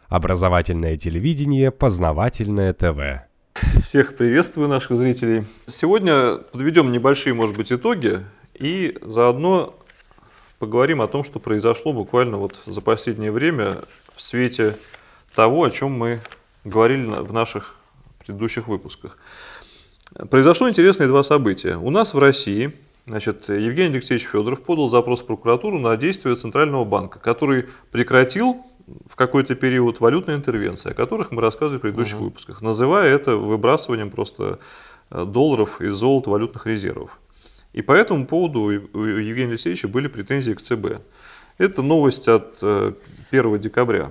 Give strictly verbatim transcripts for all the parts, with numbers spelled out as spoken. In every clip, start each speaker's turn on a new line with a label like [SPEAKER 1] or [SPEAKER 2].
[SPEAKER 1] Образовательное телевидение, познавательное ТВ.
[SPEAKER 2] Всех приветствую, наших зрителей. Сегодня подведем небольшие, может быть, итоги и заодно поговорим о том, что произошло буквально вот за последнее время в свете того, о чем мы говорили в наших предыдущих выпусках. Произошло интересные два события. У нас в России, значит, Евгений Алексеевич Федоров подал запрос в прокуратуру на действия Центрального банка, который прекратил в какой-то период валютные интервенции, о которых мы рассказывали в предыдущих угу. выпусках, называя это выбрасыванием просто долларов из золота валютных резервов. И по этому поводу у Евгения Алексеевича были претензии к ЦБ. Это новость от первого декабря.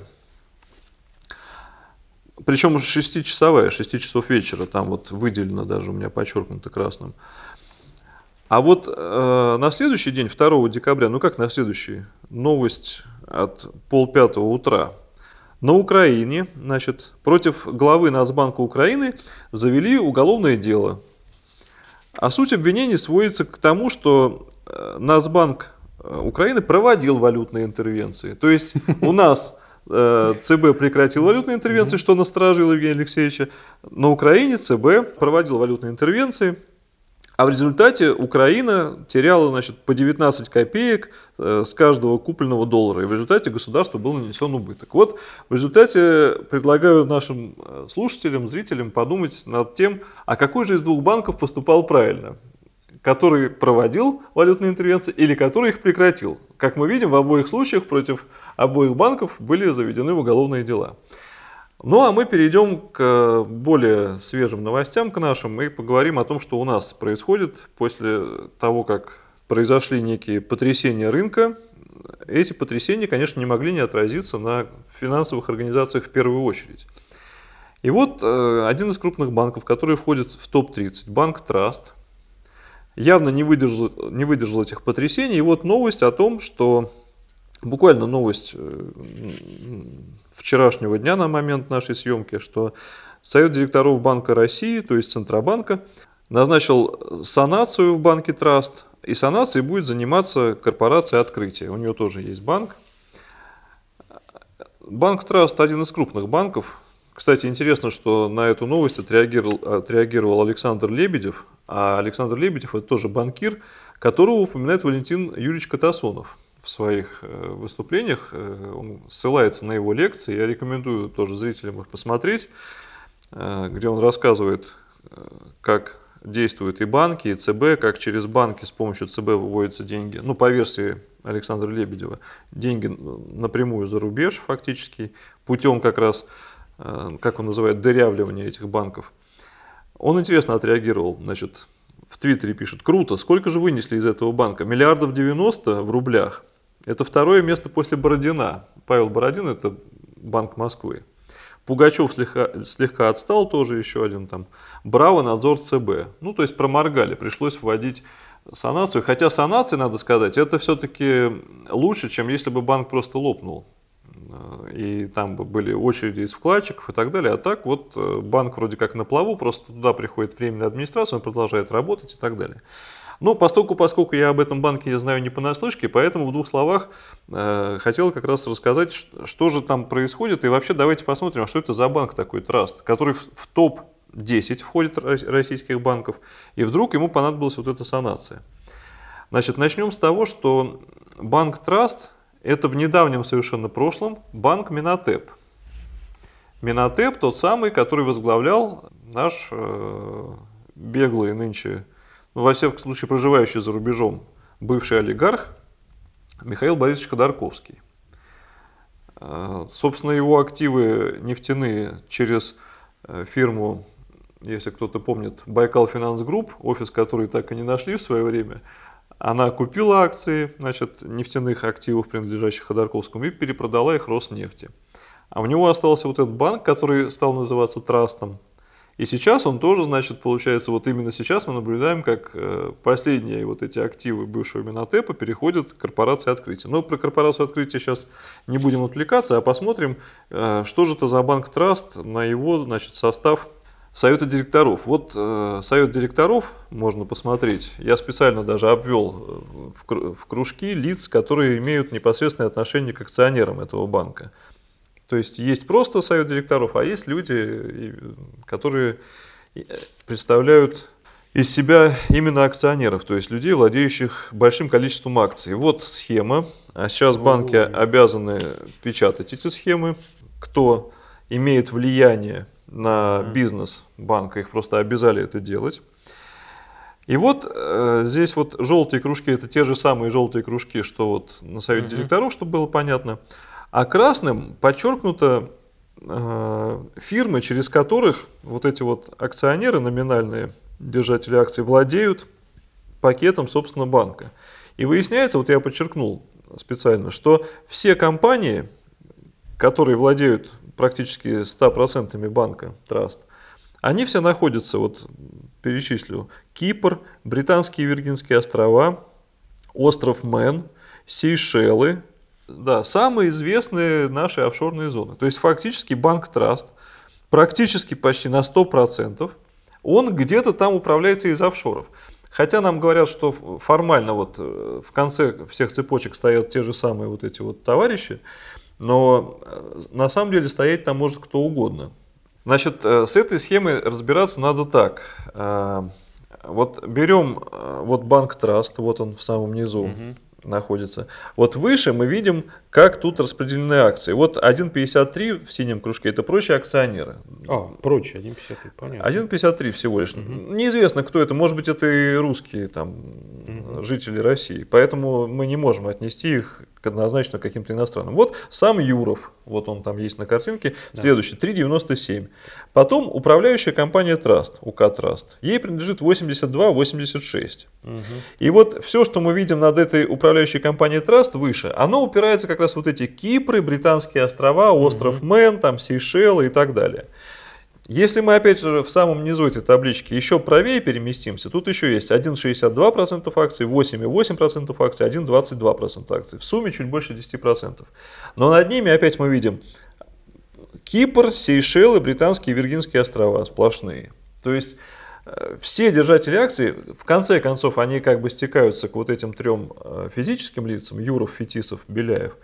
[SPEAKER 2] Причем шестичасовая, шесть часов вечера, там вот выделено даже у меня подчеркнуто красным. А вот э, на следующий день, второго декабря, ну как на следующий, новость от полпятого утра. На Украине, значит, против главы Нацбанка Украины завели уголовное дело. А суть обвинений сводится к тому, что Нацбанк Украины проводил валютные интервенции. То есть у нас э, ЦБ прекратил валютные интервенции, что насторожило Евгения Алексеевича. На Украине ЦБ проводил валютные интервенции. А в результате Украина теряла, значит, по девятнадцать копеек с каждого купленного доллара. И в результате государству был нанесен убыток. Вот в результате предлагаю нашим слушателям, зрителям подумать над тем, а какой же из двух банков поступал правильно. Который проводил валютные интервенции или который их прекратил. Как мы видим, в обоих случаях против обоих банков были заведены уголовные дела. Ну а мы перейдем к более свежим новостям, к нашим, и поговорим о том, что у нас происходит после того, как произошли некие потрясения рынка. Эти потрясения, конечно, не могли не отразиться на финансовых организациях в первую очередь. И вот э, один из крупных банков, который входит в топ тридцать, банк Траст, явно не выдержал, не выдержал этих потрясений. И вот новость о том, что буквально новость вчерашнего дня на момент нашей съемки, что Совет директоров Банка России, то есть Центробанка, назначил санацию в банке Траст, и санацией будет заниматься корпорация «Открытие». У нее тоже есть банк. Банк Траст один из крупных банков. Кстати, интересно, что на эту новость отреагировал, отреагировал Александр Лебедев, а Александр Лебедев – это тоже банкир, которого упоминает Валентин Юрьевич Катасонов. В своих выступлениях, он ссылается на его лекции, я рекомендую тоже зрителям их посмотреть, где он рассказывает, как действуют и банки, и ЦБ, как через банки с помощью ЦБ выводятся деньги, ну, по версии Александра Лебедева, деньги напрямую за рубеж фактически, путем как раз, как он называет, дырявливания этих банков. Он интересно отреагировал, значит, в Твиттере пишет: круто, сколько же вынесли из этого банка? Миллиардов девяносто в рублях. Это второе место после Бородина. Павел Бородин – это Банк Москвы. Пугачев слегка, слегка отстал, тоже еще один там. Браво, надзор ЦБ. Ну, то есть проморгали, пришлось вводить санацию. Хотя санация, надо сказать, это все-таки лучше, чем если бы банк просто лопнул. И там бы были очереди из вкладчиков и так далее. А так вот банк вроде как на плаву, просто туда приходит временная администрация, он продолжает работать и так далее. Но поскольку, поскольку я об этом банке не знаю не понаслышке, поэтому в двух словах э, хотел как раз рассказать, что, что же там происходит. И вообще давайте посмотрим, а что это за банк такой Траст, который в, в топ десять входит российских банков. И вдруг ему понадобилась вот эта санация. Значит, начнем с того, что банк Траст – это в недавнем совершенно прошлом банк Минотеп. Минотеп тот самый, который возглавлял наш э, беглый нынче, ну, во всяком случае проживающий за рубежом, бывший олигарх Михаил Борисович Ходорковский. Э, собственно, его активы нефтяные через э, фирму, если кто-то помнит, Байкал Финанс Групп, офис который так и не нашли в свое время, она купила акции, значит, нефтяных активов, принадлежащих Ходорковскому, и перепродала их Роснефти. А у него остался вот этот банк, который стал называться Трастом. И сейчас он тоже, значит, получается, вот именно сейчас мы наблюдаем, как последние вот эти активы бывшего Минотепа переходят к корпорации «Открытие». Но про корпорацию «Открытие» сейчас не будем отвлекаться, а посмотрим, что же это за банк Траст, на его, значит, состав Совета директоров. Вот э, Совет директоров можно посмотреть. Я специально даже обвел в, в кружки лиц, которые имеют непосредственное отношение к акционерам этого банка. То есть есть просто совет директоров, а есть люди, которые представляют из себя именно акционеров, то есть людей, владеющих большим количеством акций. Вот схема. А сейчас банки обязаны печатать эти схемы. Кто имеет влияние на бизнес банка, их просто обязали это делать. И вот э, здесь вот желтые кружки, это те же самые желтые кружки, что вот на совете uh-huh. директоров, чтобы было понятно. А красным подчеркнуто э, фирмы, через которых вот эти вот акционеры, номинальные держатели акций, владеют пакетом, собственно, банка. И выясняется, вот я подчеркнул специально, что все компании, которые владеют практически ста процентами банка Траст, они все находятся, вот перечислю, Кипр, Британские Виргинские острова, остров Мэн, Сейшелы, да, самые известные наши офшорные зоны. То есть фактически банк Траст практически почти на сто процентов он где-то там управляется из офшоров. Хотя нам говорят, что формально вот в конце всех цепочек стоят те же самые вот эти вот товарищи, но на самом деле стоять там может кто угодно. Значит, с этой схемой разбираться надо так. Вот берем вот банк Траст, вот он в самом низу угу. находится. Вот выше мы видим, как тут распределены акции. Вот один пятьдесят три в синем кружке, это прочие акционеры.
[SPEAKER 3] А, прочие, один пятьдесят три, понятно.
[SPEAKER 2] один пятьдесят три всего лишь. Угу. Неизвестно, кто это. Может быть, это и русские там, угу. жители России. Поэтому мы не можем отнести их однозначно каким-то иностранным. Вот сам Юров, вот он там есть на картинке. Да. Следующий, три девяносто семь. Потом управляющая компания Траст, УК Траст. Ей принадлежит восемьдесят два восемьдесят шесть. Угу. И вот все, что мы видим над этой управляющей компанией Траст выше, оно упирается как раз в вот эти Кипры, Британские острова, остров угу. Мэн, там Сейшелы и так далее. Если мы опять же в самом низу этой таблички еще правее переместимся, тут еще есть один целых шестьдесят два сотых процента акций, восемь целых восемь десятых процента акций, один целых двадцать два процента акций. В сумме чуть больше десяти процентов. Но над ними опять мы видим Кипр, Сейшелы, Британские Виргинские острова сплошные. То есть все держатели акций, в конце концов, они как бы стекаются к вот этим трем физическим лицам, Юров, Фетисов, Беляев.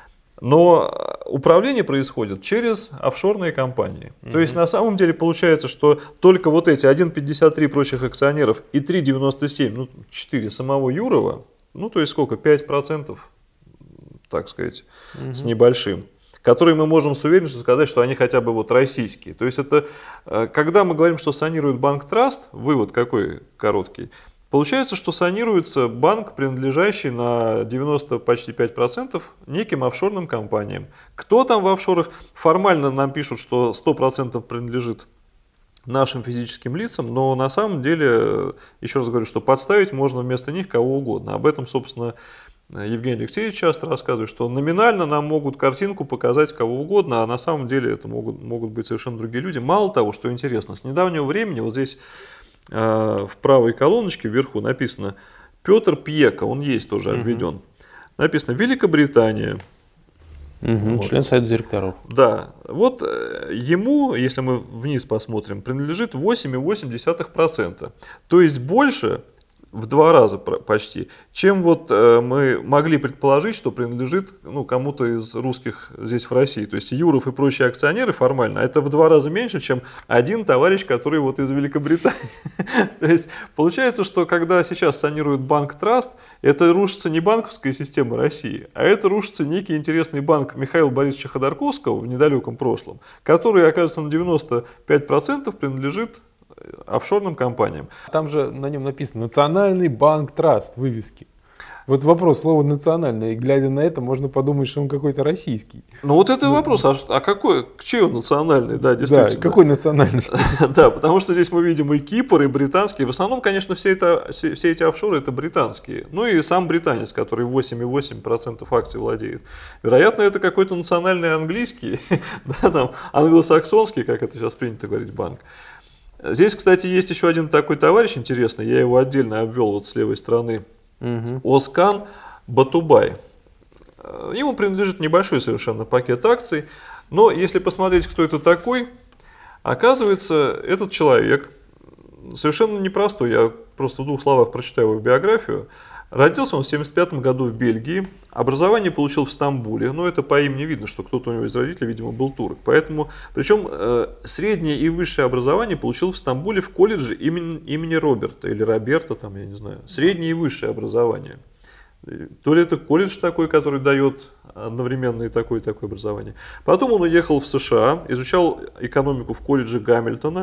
[SPEAKER 2] Но управление происходит через офшорные компании. Mm-hmm. То есть на самом деле получается, что только вот эти один целых пятьдесят три прочих акционеров и три целых девяносто семь, ну четыре самого Юрова, ну то есть сколько, пять процентов, так сказать, mm-hmm. с небольшим, которые мы можем с уверенностью сказать, что они хотя бы вот российские. То есть это, когда мы говорим, что санирует банк Траст, вывод какой короткий, получается, что санируется банк, принадлежащий на девяносто почти пять процентов неким офшорным компаниям. Кто там в офшорах? Формально нам пишут, что сто процентов принадлежит нашим физическим лицам, но на самом деле, еще раз говорю, что подставить можно вместо них кого угодно. Об этом, собственно, Евгений Алексеевич часто рассказывает, что номинально нам могут картинку показать кого угодно, а на самом деле это могут, могут быть совершенно другие люди. Мало того, что интересно, с недавнего времени вот здесь в правой колоночке вверху написано Петр Пьека, он есть тоже обведен. Угу. Написано Великобритания.
[SPEAKER 3] Угу, вот. Член совета директоров.
[SPEAKER 2] Да, вот ему, если мы вниз посмотрим, принадлежит восемь целых восемь десятых процента. То есть больше, в два раза почти, чем вот мы могли предположить, что принадлежит ну, кому-то из русских здесь в России. То есть Юров и прочие акционеры формально, это в два раза меньше, чем один товарищ, который вот из Великобритании. То есть получается, что когда сейчас санирует банк Траст, это рушится не банковская система России, а это рушится некий интересный банк Михаила Борисовича Ходорковского в недалеком прошлом, который, оказывается, на девяносто пять процентов принадлежит офшорным компаниям.
[SPEAKER 3] Там же на нем написано «Национальный банк Траст», вывески. Вот вопрос, слово «национальный», и глядя на это, можно подумать, что он какой-то российский.
[SPEAKER 2] Ну вот это вопрос, а, а какой, к чей он национальный, да, действительно.
[SPEAKER 3] Да, какой национальности?
[SPEAKER 2] Да, потому что здесь мы видим и Кипр, и британские. В основном, конечно, все, это, все, все эти офшоры это британские. Ну и сам британец, который восемь целых восемь десятых процента акций владеет. Вероятно, это какой-то национальный английский, да, там, англосаксонский, как это сейчас принято говорить, банк. Здесь, кстати, есть еще один такой товарищ интересный, я его отдельно обвел вот с левой стороны. Угу. Оскан Батубай. Ему принадлежит небольшой совершенно пакет акций, но если посмотреть, кто это такой, оказывается, этот человек совершенно непростой. Я просто в двух словах прочитаю его биографию. Родился он в семьдесят пятом году в Бельгии. Образование получил в Стамбуле. Но это по имени видно, что кто-то у него из родителей, видимо, был турок. Поэтому, причем э, среднее и высшее образование получил в Стамбуле в колледже имени, имени Роберта или Роберта, там, я не знаю. Среднее и высшее образование. То ли это колледж такой, который дает одновременно и такое, и такое образование. Потом он уехал в США, изучал экономику в колледже Гамильтона.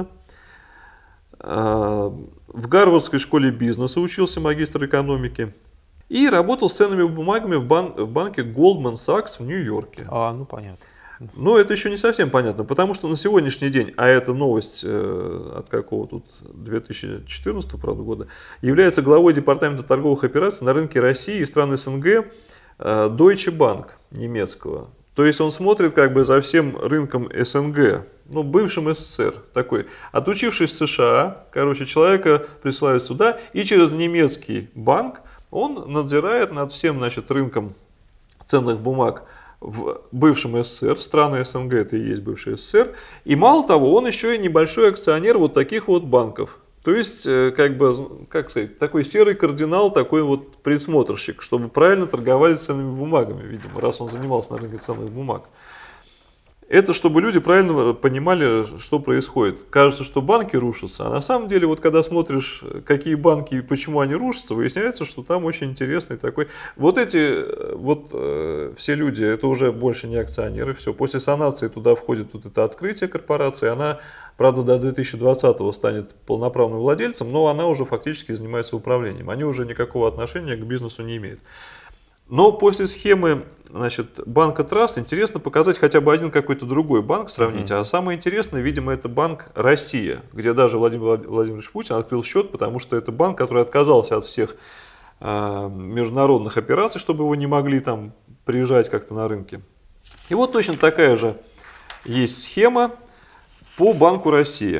[SPEAKER 2] В Гарвардской школе бизнеса учился, магистр экономики. И работал с ценными бумагами в, бан в банке Goldman Sachs в Нью-Йорке.
[SPEAKER 3] А, ну понятно.
[SPEAKER 2] Но это еще не совсем понятно, потому что на сегодняшний день, а это новость э, от какого тут две тысячи четырнадцатого правда, года, является главой департамента торговых операций на рынке России и стран СНГ э, Deutsche Bank немецкого. То есть он смотрит как бы за всем рынком СНГ, ну, бывшим СССР, такой. Отучившись в США, короче, человека присылают сюда, и через немецкий банк он надзирает над всем, значит, рынком ценных бумаг в бывшем СССР, страны СНГ это и есть бывший СССР, и мало того, он еще и небольшой акционер вот таких вот банков. То есть, как бы, как сказать, такой серый кардинал, такой вот присмотрщик, чтобы правильно торговали ценными бумагами, видимо, раз он занимался на рынке ценных бумаг. Это чтобы люди правильно понимали, что происходит. Кажется, что банки рушатся, а на самом деле, вот когда смотришь, какие банки и почему они рушатся, выясняется, что там очень интересный такой. Вот эти вот э, все люди, это уже больше не акционеры, все. После санации туда входит вот это открытие корпорации, она, правда, до две тысячи двадцатого станет полноправным владельцем, но она уже фактически занимается управлением. Они уже никакого отношения к бизнесу не имеют. Но после схемы, значит, банка Траст интересно показать хотя бы один какой-то другой банк, сравнить. Mm-hmm. А самое интересное, видимо, это банк Россия, где даже Владимир Владимирович Путин открыл счет, потому что это банк, который отказался от всех э, международных операций, чтобы его не могли там приезжать как-то на рынке. И вот точно такая же есть схема по банку Россия.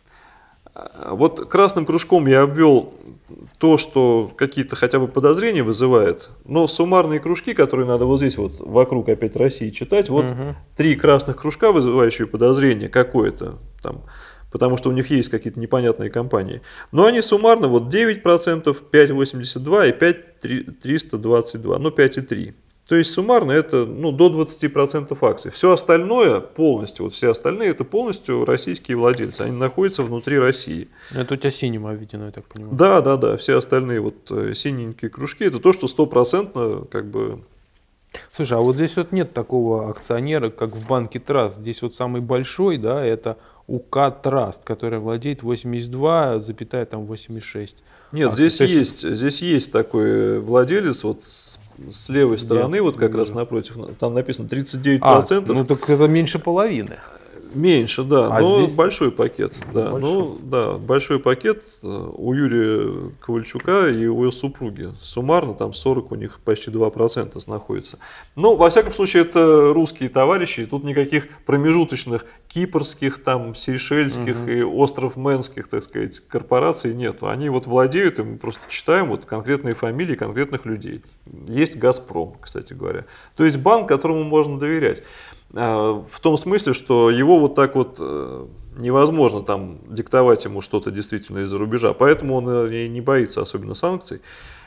[SPEAKER 2] Вот красным кружком я обвел то, что какие-то хотя бы подозрения вызывает, но суммарные кружки, которые надо вот здесь вот вокруг опять России читать, вот угу. три красных кружка, вызывающие подозрение какое-то там, потому что у них есть какие-то непонятные компании. Но они суммарно вот девять процентов, пять целых восемьдесят два процента и пять целых триста двадцать два процента, ну пять целых три десятых процента. То есть суммарно это ну, до двадцати процентов акций. Все остальное полностью, вот все остальные это полностью российские владельцы. Они находятся внутри России.
[SPEAKER 3] Это у тебя синим обведено, я так понимаю.
[SPEAKER 2] Да, да, да. Все остальные вот синенькие кружки это то, что стопроцентно как бы.
[SPEAKER 3] Слушай, а вот здесь вот нет такого акционера, как в банке Траст. Здесь вот самый большой, да, это УК Траст, который владеет восемьдесят два целых восемьдесят шесть сотых.
[SPEAKER 2] Нет, а здесь, есть, здесь есть такой владелец, вот с, с левой стороны, вот как раз напротив, там написано тридцать девять процентов.
[SPEAKER 3] А, ну так это меньше половины.
[SPEAKER 2] Меньше, да, а но здесь... большой пакет. Да,
[SPEAKER 3] большой.
[SPEAKER 2] Ну, да, большой пакет у Юрия Ковальчука и у его супруги. Суммарно там сорок у них почти два процента находится. Но, во всяком случае, это русские товарищи, и тут никаких промежуточных кипрских, там, сейшельских угу. и остров Мэнских, так сказать, корпораций нету. Они вот владеют, и мы просто читаем вот конкретные фамилии конкретных людей. Есть «Газпром», кстати говоря. То есть банк, которому можно доверять. В том смысле, что его вот так вот невозможно там диктовать ему что-то действительно из-за рубежа, поэтому он и не боится особенно санкций.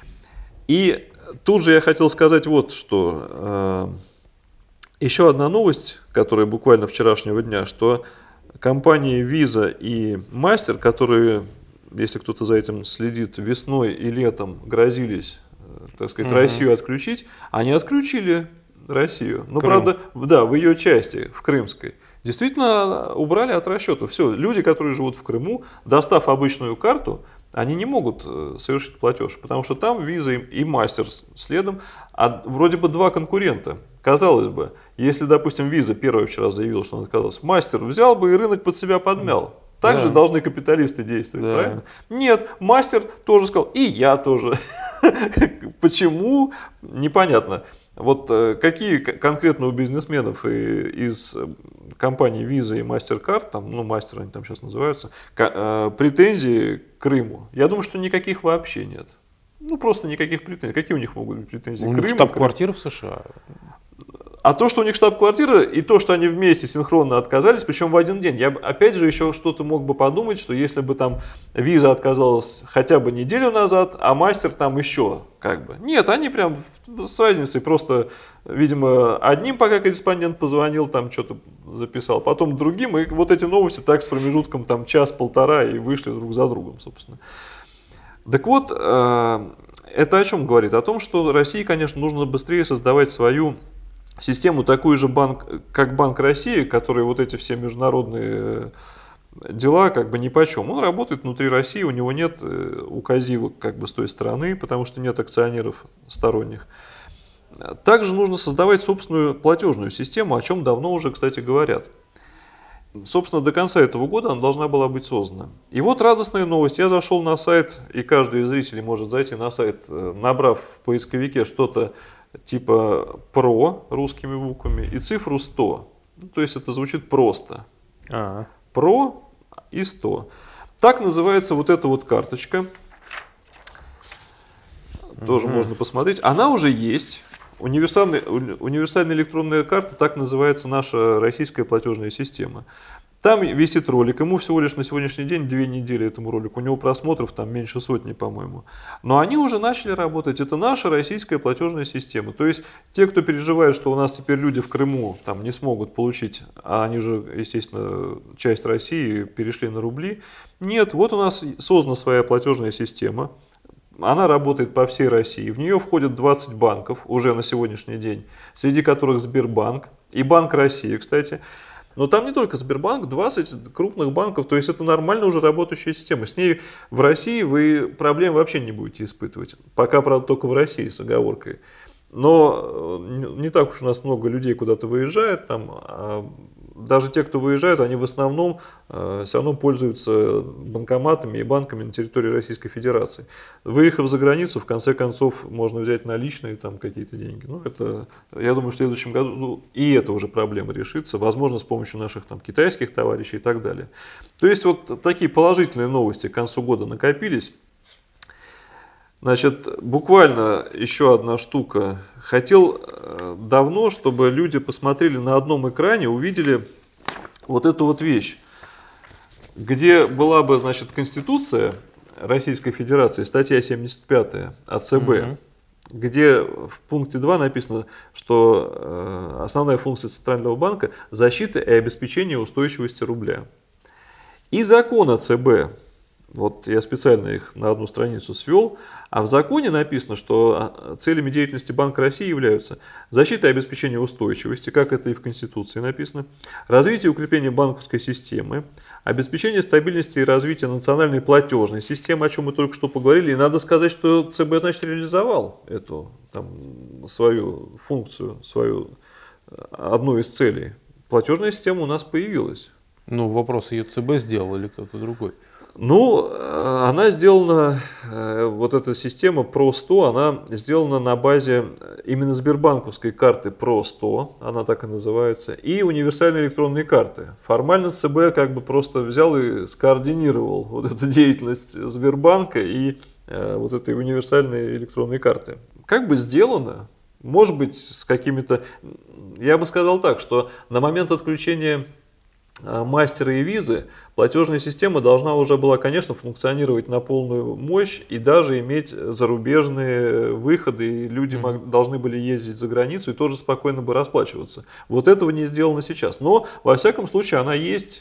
[SPEAKER 2] И тут же я хотел сказать вот что. Еще одна новость, которая буквально вчерашнего дня, что компании Visa и Master, которые, если кто-то за этим следит, весной и летом грозились, так сказать, угу. Россию отключить, они отключили Россию. Ну, Крым. Правда, да, в ее части, в Крымской. Действительно убрали от расчета. Все, люди, которые живут в Крыму, достав обычную карту, они не могут совершить платеж, потому что там Visa и Master следом, а вроде бы два конкурента. Казалось бы, если, допустим, Visa первая вчера заявила, что он отказался, Master взял бы и рынок под себя подмял. Так да. же должны капиталисты действовать, да. правильно? Нет, Master тоже сказал, и я тоже. Почему? Непонятно. Вот какие конкретно у бизнесменов из компаний Visa и MasterCard, там, ну, Master они там сейчас называются, претензии к Крыму? Я думаю, что никаких вообще нет. Ну, просто никаких претензий. Какие у них могут быть претензии к Крыму?
[SPEAKER 3] Штаб-квартира в США.
[SPEAKER 2] А то, что у них штаб-квартира, и то, что они вместе синхронно отказались, причем в один день. Я опять же еще что-то мог бы подумать, что если бы там Виза отказалась хотя бы неделю назад, а Мастер там еще как бы. Нет, они прям с разницей просто, видимо, одним пока корреспондент позвонил, там что-то записал, потом другим, и вот эти новости так с промежутком там час-полтора и вышли друг за другом, собственно. Так вот, это о чем говорит? О том, что России, конечно, нужно быстрее создавать свою систему, такую же банк, как Банк России, который вот эти все международные дела как бы нипочем. Он работает внутри России, у него нет указивок как бы с той стороны, потому что нет акционеров сторонних. Также нужно создавать собственную платежную систему, о чем давно уже, кстати, говорят. Собственно, до конца этого года она должна была быть создана. И вот радостная новость. Я зашел на сайт, и каждый из зрителей может зайти на сайт, набрав в поисковике что-то типа про русскими буквами и цифру сто. Ну, то есть это звучит просто. А-а. Про и сто. Так называется вот эта вот карточка. Тоже можно посмотреть. Она уже есть. Универсальная, универсальная электронная карта, так называется наша российская платежная система. Там висит ролик, ему всего лишь на сегодняшний день две недели этому ролику, у него просмотров там меньше сотни, по-моему. Но они уже начали работать, это наша российская платежная система. То есть те, кто переживает, что у нас теперь люди в Крыму там не смогут получить, а они же, естественно, часть России перешли на рубли. Нет, вот у нас создана своя платежная система. Она работает по всей России. В нее входят двадцать банков уже на сегодняшний день, среди которых Сбербанк и Банк России, кстати. Но там не только Сбербанк, двадцать крупных банков, то есть это нормально уже работающая система. С ней в России вы проблем вообще не будете испытывать. Пока, правда, только в России с оговоркой. Но не так уж у нас много людей куда-то выезжает. Там, а даже те, кто выезжают, они в основном э, все равно пользуются банкоматами и банками на территории Российской Федерации. Выехав за границу, в конце концов, можно взять наличные там какие-то деньги. Ну, это, я думаю, в следующем году ну, и эта уже проблема решится. Возможно, с помощью наших там, китайских товарищей и так далее. То есть, вот такие положительные новости к концу года накопились. Значит, буквально еще одна штука. Хотел давно, чтобы люди посмотрели на одном экране, увидели вот эту вот вещь, где была бы, значит, Конституция Российской Федерации, статья семьдесят пятая о ЦБ, mm-hmm. где в пункте два написано, что основная функция Центрального банка – защита и обеспечение устойчивости рубля. И закон о ЦБ. Вот я специально их на одну страницу свел, а в законе написано, что целями деятельности Банка России являются защита и обеспечение устойчивости, как это и в Конституции написано, развитие и укрепление банковской системы, обеспечение стабильности и развития национальной платежной системы, о чем мы только что поговорили. И надо сказать, что ЦБ, значит, реализовал эту там, свою функцию, свою одну из целей. Платежная система у нас появилась.
[SPEAKER 3] Ну, вопрос, ее ЦБ сделал или кто-то другой?
[SPEAKER 2] Ну, она сделана, вот эта система про сто, она сделана на базе именно сбербанковской карты про сто, она так и называется, и универсальной электронной карты. Формально ЦБ как бы просто взял и скоординировал вот эту деятельность Сбербанка и вот этой универсальной электронной карты. Как бы сделано, может быть, с какими-то... Я бы сказал так, что на момент отключения Мастера и Визы платежная система должна уже была, конечно, функционировать на полную мощь и даже иметь зарубежные выходы, и люди mm-hmm. должны были ездить за границу и тоже спокойно бы расплачиваться. Вот этого не сделано сейчас. Но, во всяком случае, она есть,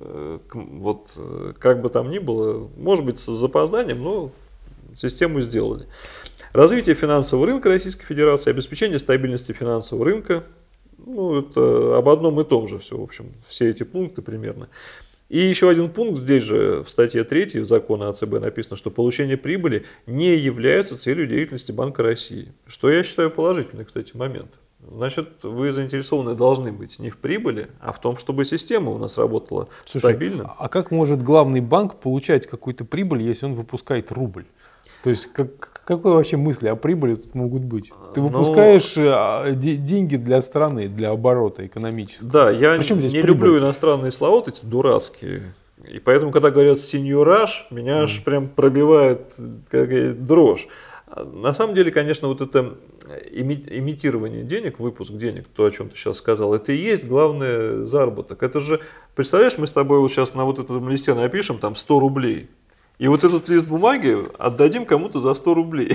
[SPEAKER 2] вот как бы там ни было, может быть, с запозданием, но систему сделали. Развитие финансового рынка Российской Федерации, обеспечение стабильности финансового рынка. Ну, это об одном и том же все, в общем, все эти пункты примерно. И еще один пункт, здесь же в статье третьей закона о ЦБ написано, что получение прибыли не является целью деятельности Банка России. Что я считаю положительный, кстати, момент. Значит, вы заинтересованы должны быть не в прибыли, а в том, чтобы система у нас работала
[SPEAKER 3] Слушай,
[SPEAKER 2] стабильно.
[SPEAKER 3] А как может главный банк получать какую-то прибыль, если он выпускает рубль? То есть, как, какой вообще мысли о прибыли тут могут быть? Ты выпускаешь Но... деньги для страны, для оборота экономического.
[SPEAKER 2] Да, я не прибыль? люблю иностранные слова, вот эти дурацкие. И поэтому, когда говорят «сеньораж», меня mm. аж прям пробивает какая-то дрожь. На самом деле, конечно, вот это имитирование денег, выпуск денег, то, о чем ты сейчас сказал, это и есть главный заработок. Это же, представляешь, мы с тобой вот сейчас на вот этом листе напишем там сто рублей, и вот этот лист бумаги отдадим кому-то за сто рублей.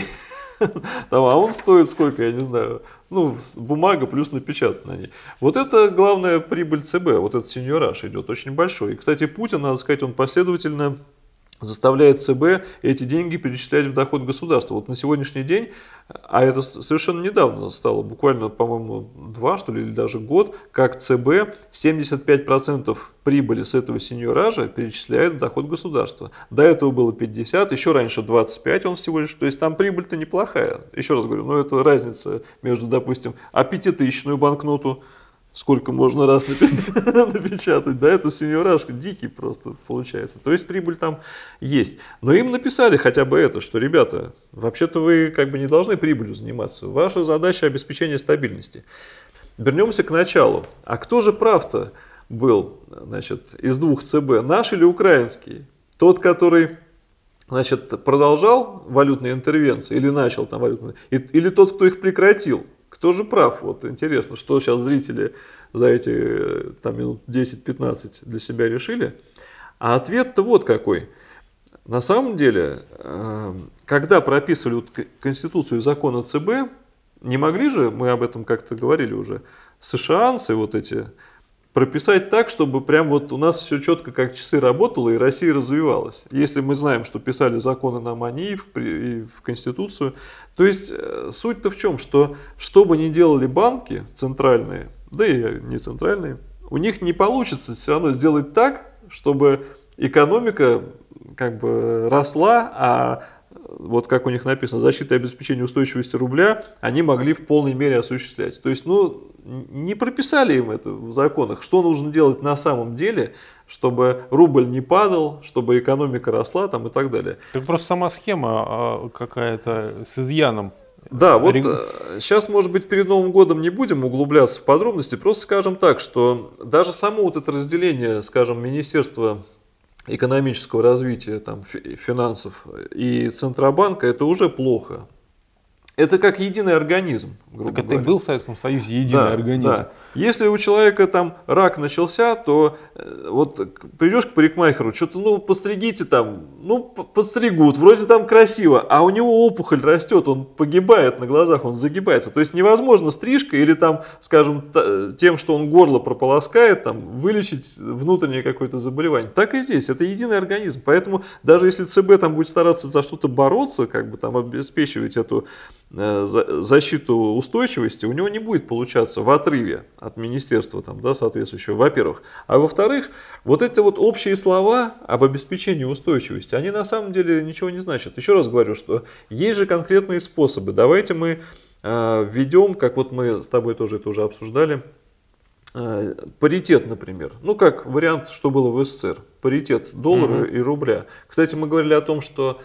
[SPEAKER 2] Там, а он стоит сколько, я не знаю, ну, бумага плюс напечатать на ней. Вот это главная прибыль ЦБ, вот этот сеньораж идет очень большой. И, кстати, Путин, надо сказать, он последовательно заставляет ЦБ эти деньги перечислять в доход государства. Вот на сегодняшний день, а это совершенно недавно стало, буквально, по-моему, два, что ли, или даже год, как ЦБ семьдесят пять процентов прибыли с этого сеньоража перечисляет в доход государства. До этого было пятьдесят, еще раньше двадцать пять он всего лишь, то есть там прибыль-то неплохая. Еще раз говорю, ну это разница между, допустим, а пятитысячную банкноту, сколько можно раз напечатать, да, это сеньораж дикий просто получается. То есть прибыль там есть. Но им написали хотя бы это, что, ребята, вообще-то вы как бы не должны прибылью заниматься. Ваша задача обеспечение стабильности. Вернемся к началу. А кто же прав-то был, значит, из двух ЦБ, наш или украинский? Тот, который, значит, продолжал валютные интервенции или начал там валютные, или тот, кто их прекратил? Кто же прав? Вот интересно, что сейчас зрители за эти там, минут десять-пятнадцать для себя решили. А ответ-то вот какой. На самом деле, когда прописывали вот Конституцию и законы ЦБ, не могли же, мы об этом как-то говорили уже, США-анцы вот эти прописать так, чтобы прям вот у нас все четко как часы работало и Россия развивалась. Если мы знаем, что писали законы нам они и в, и в Конституцию. То есть суть-то в чем, что что бы ни делали банки центральные, да и не центральные, у них не получится все равно сделать так, чтобы экономика как бы росла, а вот как у них написано, защита и обеспечение устойчивости рубля, они могли в полной мере осуществлять. То есть, ну, не прописали им это в законах, что нужно делать на самом деле, чтобы рубль не падал, чтобы экономика росла там, и так далее.
[SPEAKER 3] Это просто сама схема какая-то с изъяном.
[SPEAKER 2] Да, вот Рег... сейчас, может быть, перед Новым годом не будем углубляться в подробности, просто скажем так, что даже само вот это разделение, скажем, Министерства экономического развития, там, финансов и Центробанка, это уже плохо. Это как единый организм, грубо
[SPEAKER 3] так
[SPEAKER 2] говоря.
[SPEAKER 3] это и был в Советском Союзе единый
[SPEAKER 2] да,
[SPEAKER 3] организм.
[SPEAKER 2] Да. Если у человека там рак начался, то вот придешь к парикмахеру, что-то, ну, постригите там, ну, подстригут, вроде там красиво, а у него опухоль растет, он погибает на глазах, он загибается. То есть невозможно стрижкой или там, скажем, тем, что он горло прополоскает, там, вылечить внутреннее какое-то заболевание. Так и здесь, это единый организм. Поэтому даже если ЦБ там будет стараться за что-то бороться, как бы там обеспечивать эту защиту устойчивости, у него не будет получаться в отрыве от министерства там, да, соответствующего, во-первых. А во-вторых, вот эти вот общие слова об обеспечении устойчивости, они на самом деле ничего не значат. Еще раз говорю, что есть же конкретные способы. Давайте мы э, введем, как вот мы с тобой тоже это уже обсуждали, э, паритет, например. Ну, как вариант, что было в СССР. Паритет доллара mm-hmm. и рубля. Кстати, мы говорили о том, что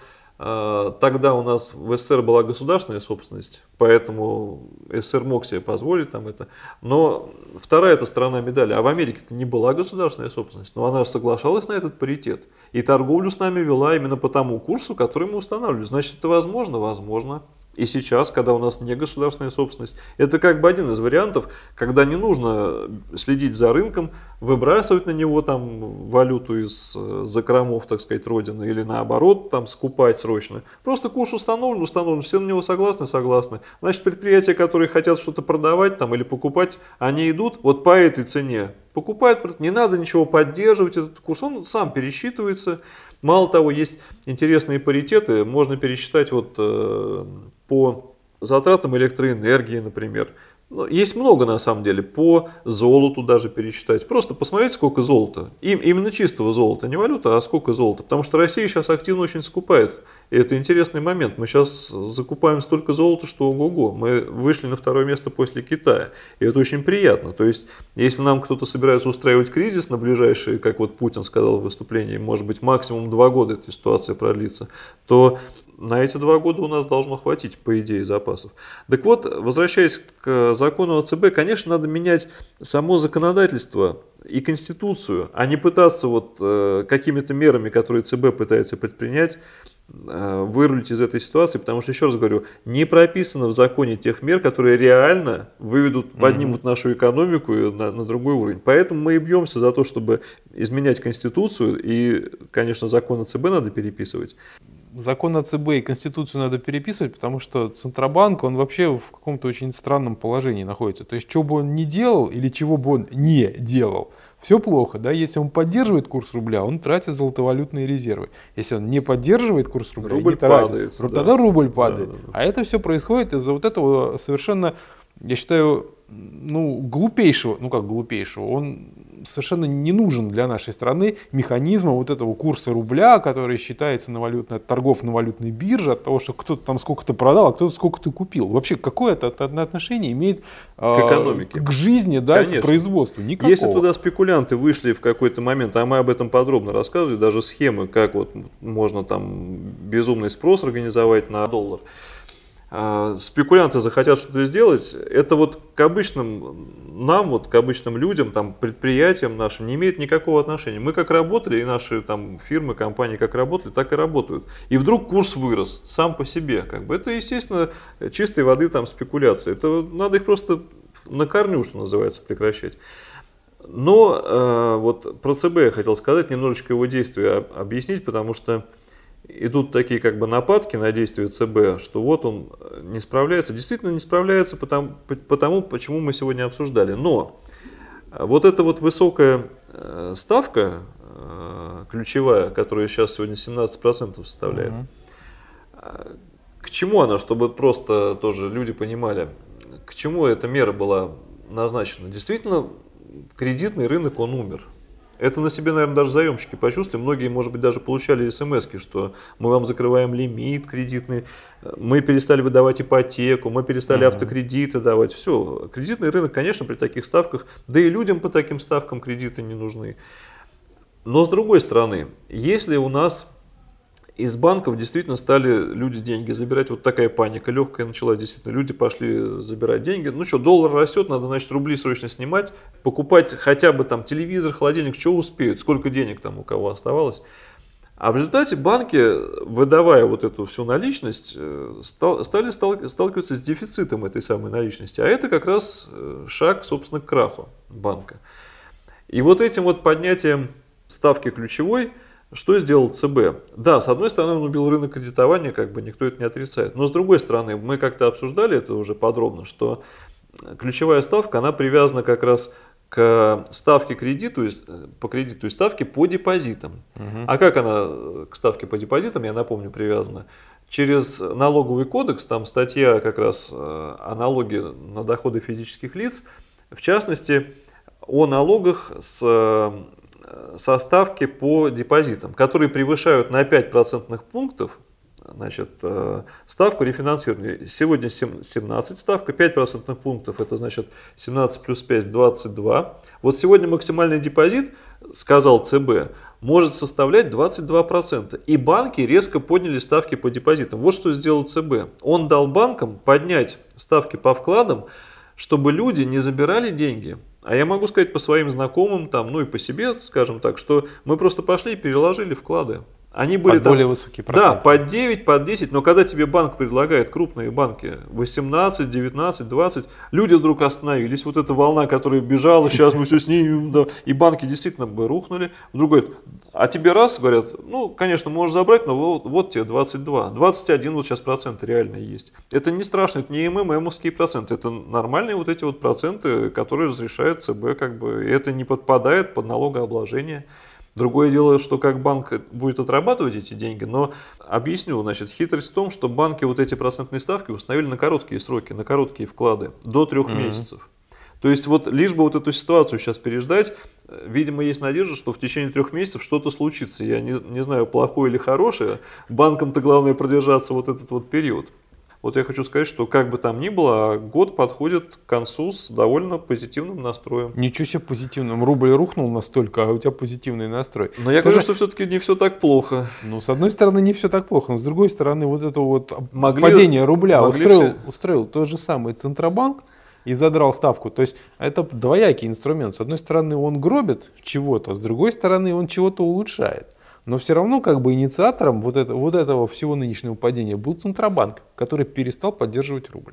[SPEAKER 2] тогда у нас в СССР была государственная собственность, поэтому СССР мог себе позволить там это. Но вторая эта сторона медали, а в Америке-то не была государственная собственность, но она же соглашалась на этот паритет. И торговлю с нами вела именно по тому курсу, который мы устанавливали. Значит, это возможно? Возможно. И сейчас, когда у нас не государственная собственность, это как бы один из вариантов, когда не нужно следить за рынком, выбрасывать на него там валюту из закромов, так сказать, родины, или наоборот, там скупать срочно. Просто курс установлен, установлен, все на него согласны, согласны. Значит, предприятия, которые хотят что-то продавать там или покупать, они идут вот по этой цене. Покупают, не надо ничего поддерживать этот курс, он сам пересчитывается. Мало того, есть интересные паритеты, можно пересчитать вот э, по затратам электроэнергии, например. Есть много на самом деле, по золоту даже пересчитать. Просто посмотреть, сколько золота. И, именно чистого золота, не валюта, а сколько золота. Потому что Россия сейчас активно очень скупает. И это интересный момент. Мы сейчас закупаем столько золота, что ого-го. Мы вышли на второе место после Китая. И это очень приятно. То есть, если нам кто-то собирается устраивать кризис на ближайшие, как вот Путин сказал в выступлении, может быть, максимум два года эта ситуация продлится, то на эти два года у нас должно хватить, по идее, запасов. Так вот, возвращаясь к закону о ЦБ, конечно, надо менять само законодательство и Конституцию, а не пытаться вот э, какими-то мерами, которые ЦБ пытается предпринять, вырулить из этой ситуации, потому что, еще раз говорю, не прописано в законе тех мер, которые реально выведут, поднимут mm-hmm. нашу экономику на, на другой уровень. Поэтому мы и бьемся за то, чтобы изменять Конституцию, и, конечно, закон о ЦБ надо переписывать.
[SPEAKER 3] Закон о ЦБ и Конституцию надо переписывать, потому что Центробанк, он вообще в каком-то очень странном положении находится. То есть, что бы он ни делал или чего бы он не делал, все плохо, да, если он поддерживает курс рубля, он тратит золотовалютные резервы. Если он не поддерживает курс рубля,
[SPEAKER 2] рубль
[SPEAKER 3] не тратит,
[SPEAKER 2] падает,
[SPEAKER 3] тогда
[SPEAKER 2] да.
[SPEAKER 3] рубль падает.
[SPEAKER 2] Да, да, да.
[SPEAKER 3] А это все происходит из-за вот этого совершенно, я считаю, ну, глупейшего, ну как глупейшего, он совершенно не нужен для нашей страны механизма вот этого курса рубля, который считается на валютной, от торгов на валютной бирже, от того, что кто-то там сколько-то продал, а кто-то сколько-то купил. Вообще, какое это отношение имеет
[SPEAKER 2] к экономике,
[SPEAKER 3] э, к жизни, да, к производству? Никакого.
[SPEAKER 2] Если туда спекулянты вышли в какой-то момент, а мы об этом подробно рассказывали, даже схемы, как вот можно там безумный спрос организовать на доллар, спекулянты захотят что-то сделать, это вот к обычным нам, вот к обычным людям, там, предприятиям нашим не имеет никакого отношения. Мы как работали, и наши там фирмы, компании как работали, так и работают. И вдруг курс вырос сам по себе. Как бы. Это, естественно, чистой воды там спекуляции. Это надо их просто на корню, что называется, прекращать. Но э, вот про ЦБ я хотел сказать, немножечко его действия объяснить, потому что идут такие как бы нападки на действия ЦБ, что вот он не справляется. Действительно не справляется потому, потому, почему мы сегодня обсуждали. Но вот эта вот высокая ставка ключевая, которая сейчас сегодня семнадцать процентов составляет, uh-huh. к чему она, чтобы просто тоже люди понимали, к чему эта мера была назначена? Действительно, кредитный рынок, он умер. Это на себе, наверное, даже заемщики почувствовали. Многие, может быть, даже получали смс-ки, что мы вам закрываем лимит кредитный, мы перестали выдавать ипотеку, мы перестали uh-huh. автокредиты давать. Все, кредитный рынок, конечно, при таких ставках, да и людям по таким ставкам кредиты не нужны. Но с другой стороны, если у нас из банков действительно стали люди деньги забирать, вот такая паника легкая началась, действительно, люди пошли забирать деньги. Ну что, доллар растет, надо, значит, рубли срочно снимать, покупать хотя бы там телевизор, холодильник, что успеют, сколько денег там у кого оставалось. А в результате банки, выдавая вот эту всю наличность, стали сталкиваться с дефицитом этой самой наличности. А это как раз шаг, собственно, к краху банка. И вот этим вот поднятием ставки ключевой, что сделал ЦБ? Да, с одной стороны, он убил рынок кредитования, как бы никто это не отрицает. Но с другой стороны, мы как-то обсуждали это уже подробно, что ключевая ставка, она привязана как раз к ставке кредиту, по кредиту и ставке по депозитам. Угу. А как она к ставке по депозитам, я напомню, привязана? Через налоговый кодекс, там статья как раз о налоге на доходы физических лиц, в частности, о налогах с... со ставки по депозитам, которые превышают на пять процентных пунктов, значит, ставку рефинансирования. Сегодня семнадцать ставка, пять процентных пунктов, это значит семнадцать плюс пять, двадцать два. Вот сегодня максимальный депозит, сказал ЦБ, может составлять двадцать два процента. И банки резко подняли ставки по депозитам. Вот что сделал ЦБ. Он дал банкам поднять ставки по вкладам, чтобы люди не забирали деньги. А я могу сказать по своим знакомым, там, ну и по себе, скажем так, что мы просто пошли и переложили вклады. Они были
[SPEAKER 3] под
[SPEAKER 2] там,
[SPEAKER 3] более высокие проценты.
[SPEAKER 2] Да, под девять, под десять, но когда тебе банк предлагает, крупные банки, восемнадцать, девятнадцать, двадцать, люди вдруг остановились, вот эта волна, которая бежала, сейчас мы все снимем, да, и банки действительно бы рухнули. Вдруг говорят, а тебе раз, говорят, ну, конечно, можешь забрать, но вот, вот тебе двадцать два, двадцать один вот сейчас проценты реальные есть. Это не страшно, это не МММовские проценты, это нормальные вот эти вот проценты, которые разрешает ЦБ, как бы, и это не подпадает под налогообложение. Другое дело, что как банк будет отрабатывать эти деньги, но объясню, значит, хитрость в том, что банки вот эти процентные ставки установили на короткие сроки, на короткие вклады, до трех mm-hmm. месяцев. То есть вот лишь бы вот эту ситуацию сейчас переждать, видимо, есть надежда, что в течение трех месяцев что-то случится. Я не, не знаю, плохое или хорошее, банкам-то главное продержаться вот этот вот период. Вот я хочу сказать, что как бы там ни было, год подходит к концу с довольно позитивным настроем.
[SPEAKER 3] Ничего себе позитивным. Рубль рухнул настолько, а у тебя позитивный настрой.
[SPEAKER 2] Но я говорю, что все-таки не все так плохо.
[SPEAKER 3] Ну, с одной стороны, не все так плохо, но с другой стороны, вот это вот могли, падение рубля устроил, все... устроил тот же самый Центробанк и задрал ставку. То есть это двоякий инструмент. С одной стороны, он гробит чего-то, с другой стороны, он чего-то улучшает. Но все равно как бы инициатором вот, это, вот этого всего нынешнего падения был Центробанк, который перестал поддерживать рубль.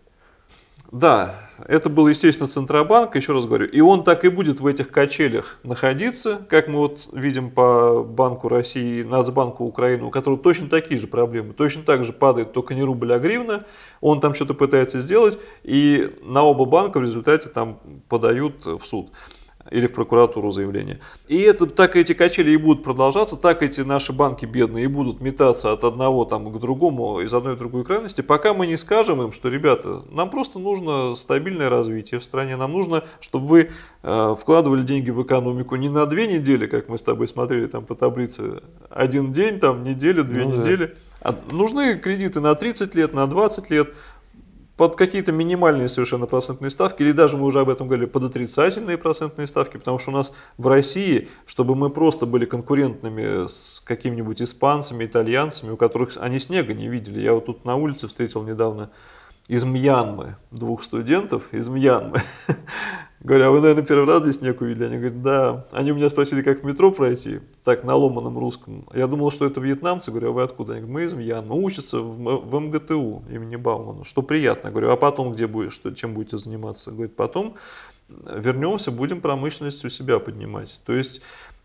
[SPEAKER 2] Да, это был, естественно, Центробанк, еще раз говорю, и он так и будет в этих качелях находиться, как мы вот видим по Банку России, Нацбанку Украины, у которого точно такие же проблемы, точно так же падает только не рубль, а гривна, он там что-то пытается сделать, и на оба банка в результате там подают в суд или в прокуратуру заявление. И это, так эти качели и будут продолжаться, так эти наши банки бедные и будут метаться от одного там к другому, из одной в другой крайности, пока мы не скажем им, что, ребята, нам просто нужно стабильное развитие в стране, нам нужно, чтобы вы э, вкладывали деньги в экономику не на две недели, как мы с тобой смотрели там по таблице, один день, там, неделя, две ну, недели, да. а нужны кредиты на тридцать лет, на двадцать лет, под какие-то минимальные совершенно процентные ставки, или даже мы уже об этом говорили, под отрицательные процентные ставки, потому что у нас в России, чтобы мы просто были конкурентными с какими-нибудь испанцами, итальянцами, у которых они снега не видели. Я вот тут на улице встретил недавно из Мьянмы двух студентов из Мьянмы. Говорю, а вы, наверное, первый раз здесь снег увидели? Они говорят, да. Они у меня спросили, как в метро пройти, так, на ломаном русском. Я думал, что это вьетнамцы. Говорю, а вы откуда? Они говорят, мы из Мьянмы. Учатся в, в МГТУ имени Баумана. Что приятно. Говорю, а потом где будешь? Что, чем будете заниматься? Говорит, потом вернемся, будем промышленность у себя поднимать. То есть,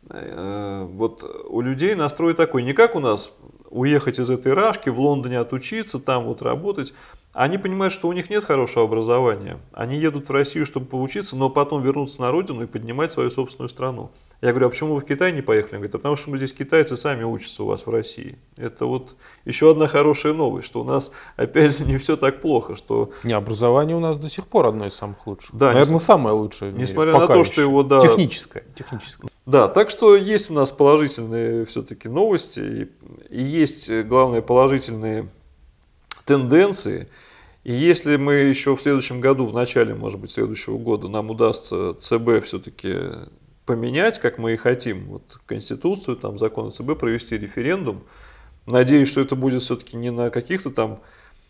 [SPEAKER 2] э, вот у людей настрой такой. Не как у нас уехать из этой рашки, в Лондоне отучиться, там вот работать. Они понимают, что у них нет хорошего образования. Они едут в Россию, чтобы поучиться, но потом вернуться на родину и поднимать свою собственную страну. Я говорю, а почему вы в Китай не поехали? Он говорит, а потому что мы здесь китайцы сами учатся у вас в России. Это вот еще одна хорошая новость, что у нас опять не все так плохо. Что...
[SPEAKER 3] Не, образование у нас до сих пор одно из самых лучших.
[SPEAKER 2] Да,
[SPEAKER 3] наверное,
[SPEAKER 2] нес...
[SPEAKER 3] самое лучшее в мире.
[SPEAKER 2] Несмотря на то,
[SPEAKER 3] еще.
[SPEAKER 2] что его... Да...
[SPEAKER 3] Техническое, техническое.
[SPEAKER 2] Да, так что есть у нас положительные все-таки новости. И, и есть, главное, положительные тенденции. И если мы еще в следующем году, в начале, может быть, следующего года, нам удастся ЦБ все-таки поменять, как мы и хотим, вот Конституцию, там, законы ЦБ, провести референдум, надеюсь, что это будет все-таки не на каких-то там,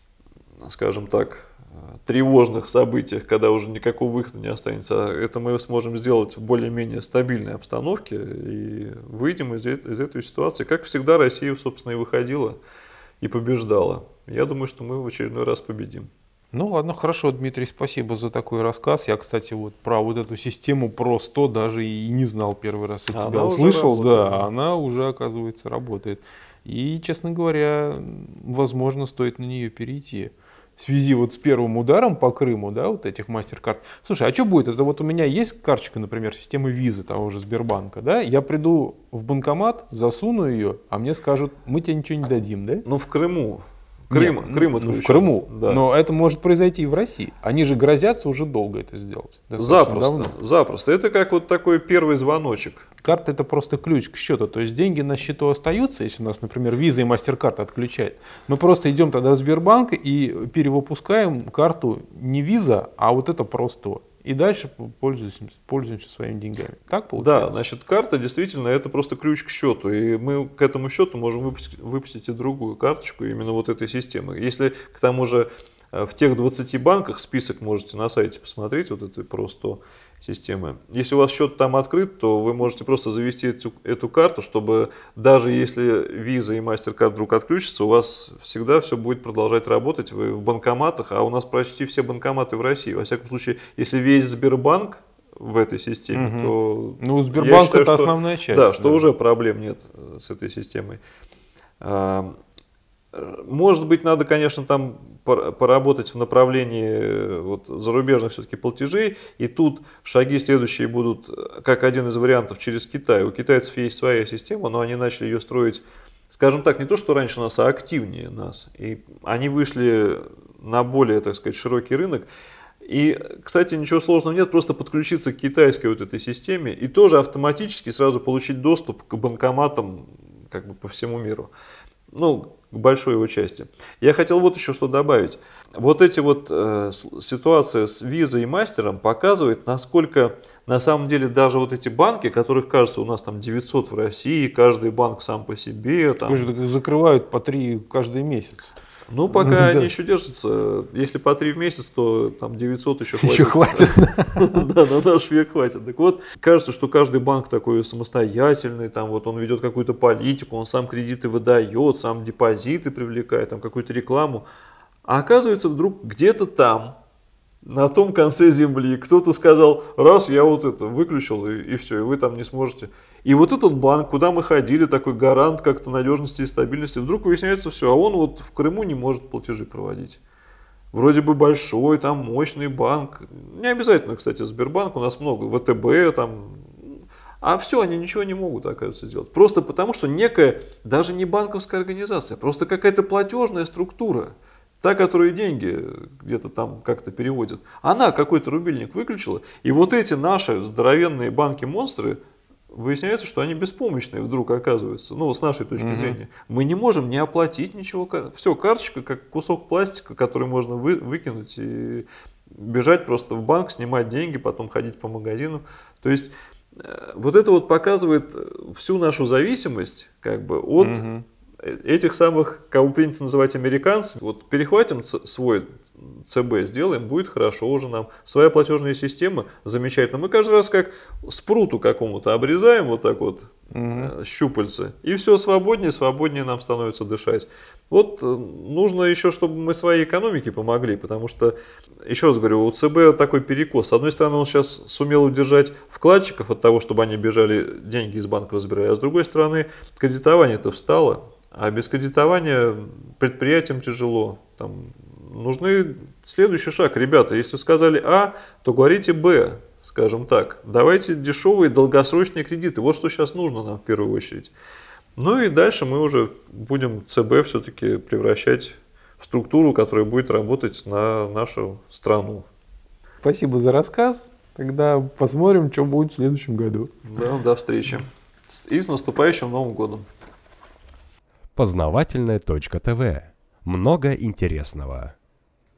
[SPEAKER 2] скажем так, тревожных событиях, когда уже никакого выхода не останется, а это мы сможем сделать в более-менее стабильной обстановке и выйдем из, из этой ситуации. Как всегда, Россия, собственно, и выходила и побеждала. Я думаю, что мы в очередной раз победим.
[SPEAKER 3] Ну ладно, хорошо, Дмитрий, спасибо за такой рассказ. Я, кстати, вот про вот эту систему про сто даже и не знал первый раз от тебя услышал. Да, она уже, оказывается, работает. И, честно говоря, возможно, стоит на нее перейти. В связи вот с первым ударом по Крыму, да, вот этих мастер-карт. Слушай, а что будет? Это вот у меня есть карточка, например, системы визы того же Сбербанка, да? Я приду в банкомат, засуну ее, а мне скажут, мы тебе ничего не дадим, да?
[SPEAKER 2] Ну, в Крыму. Крым,
[SPEAKER 3] Нет,
[SPEAKER 2] Крым
[SPEAKER 3] ну, в Крыму, да. Но это может произойти и в России. Они же грозятся уже долго это сделать.
[SPEAKER 2] Запросто,
[SPEAKER 3] давно.
[SPEAKER 2] запросто. Это как вот такой первый звоночек.
[SPEAKER 3] Карта — это просто ключ к счету. То есть деньги на счету остаются, если у нас, например, виза и мастер-карт отключает. Мы просто идем тогда в Сбербанк и перевыпускаем карту не виза, а вот это просто. И дальше пользуемся, пользуемся своими деньгами. Так получается?
[SPEAKER 2] Да, значит, карта действительно это просто ключ к счету. И мы к этому счету можем выпустить, выпустить и другую карточку именно вот этой системы. Если к тому же в тех двадцати банках, список можете на сайте посмотреть, вот этой просто системы. Если у вас счет там открыт, то вы можете просто завести эту, эту карту, чтобы даже если Visa и MasterCard вдруг отключатся, у вас всегда все будет продолжать работать. Вы в банкоматах, а у нас почти все банкоматы в России. Во всяком случае, если весь Сбербанк в этой системе, угу. то...
[SPEAKER 3] Ну, Сбербанк считаю,
[SPEAKER 2] это
[SPEAKER 3] что, основная часть.
[SPEAKER 2] Да, да, что уже проблем нет с этой системой. Может быть, надо, конечно, там поработать в направлении вот, зарубежных все-таки платежей. И тут шаги следующие будут, как один из вариантов, через Китай. У китайцев есть своя система, но они начали ее строить, скажем так, не то, что раньше нас, а активнее нас. И они вышли на более, так сказать, широкий рынок. И, кстати, ничего сложного нет, просто подключиться к китайской вот этой системе и тоже автоматически сразу получить доступ к банкоматам как бы по всему миру. Ну, к большой его части. Я хотел вот еще что добавить. Вот эти вот э, ситуации с визой и мастером показывают, насколько на самом деле даже вот эти банки, которых кажется у нас там девятьсот в России, каждый банк сам по себе. Там...
[SPEAKER 3] Закрывают по три каждый месяц.
[SPEAKER 2] Ну, пока
[SPEAKER 3] Ну,
[SPEAKER 2] они
[SPEAKER 3] да.
[SPEAKER 2] еще держатся. Если по три в месяц, то там девятьсот еще хватит.
[SPEAKER 3] Еще хватит.
[SPEAKER 2] Да, на наш век хватит. Так вот, кажется, что каждый банк такой самостоятельный, там вот он ведет какую-то политику, он сам кредиты выдает, сам депозиты привлекает, там какую-то рекламу. А оказывается, вдруг где-то там, на том конце земли, кто-то сказал, раз я вот это выключил, и, и все, и вы там не сможете. И вот этот банк, куда мы ходили, такой гарант как-то надежности и стабильности, вдруг выясняется все, а он вот в Крыму не может платежи проводить. Вроде бы большой, там мощный банк. Не обязательно, кстати, Сбербанк, у нас много, ВТБ там. А все, они ничего не могут, оказывается, сделать. Просто потому, что некая, даже не банковская организация, просто какая-то платежная структура, та, которая деньги где-то там как-то переводит, она какой-то рубильник выключила, и вот эти наши здоровенные банки-монстры, выясняется, что они беспомощные вдруг оказываются, ну, с нашей точки uh-huh. зрения. Мы не можем не оплатить ничего. Все, карточка как кусок пластика, который можно вы, выкинуть и бежать просто в банк, снимать деньги, потом ходить по магазинам. То есть вот это вот показывает всю нашу зависимость как бы от uh-huh. этих самых, кого принято называть американцами. Вот перехватим ц- свой ЦБ, сделаем, будет хорошо уже нам. Своя платежная система замечательно. Мы каждый раз как спруту какому-то обрезаем вот так вот mm-hmm. щупальца, и все свободнее, свободнее нам становится дышать. Вот нужно еще, чтобы мы своей экономике помогли, потому что, еще раз говорю, у ЦБ такой перекос. С одной стороны, он сейчас сумел удержать вкладчиков от того, чтобы они бежали, деньги из банков забирали, а с другой стороны, кредитование-то встало. А без кредитования предприятиям тяжело. Там нужны следующий шаг. Ребята, если сказали А, то говорите Б, скажем так. Давайте дешевые долгосрочные кредиты. Вот что сейчас нужно нам в первую очередь. Ну и дальше мы уже будем ЦБ все-таки превращать в структуру, которая будет работать на нашу страну.
[SPEAKER 3] Спасибо за рассказ. Тогда посмотрим, что будет в следующем году.
[SPEAKER 2] Да, до встречи. И с наступающим Новым годом.
[SPEAKER 1] Познавательная точка ТВ. Много интересного.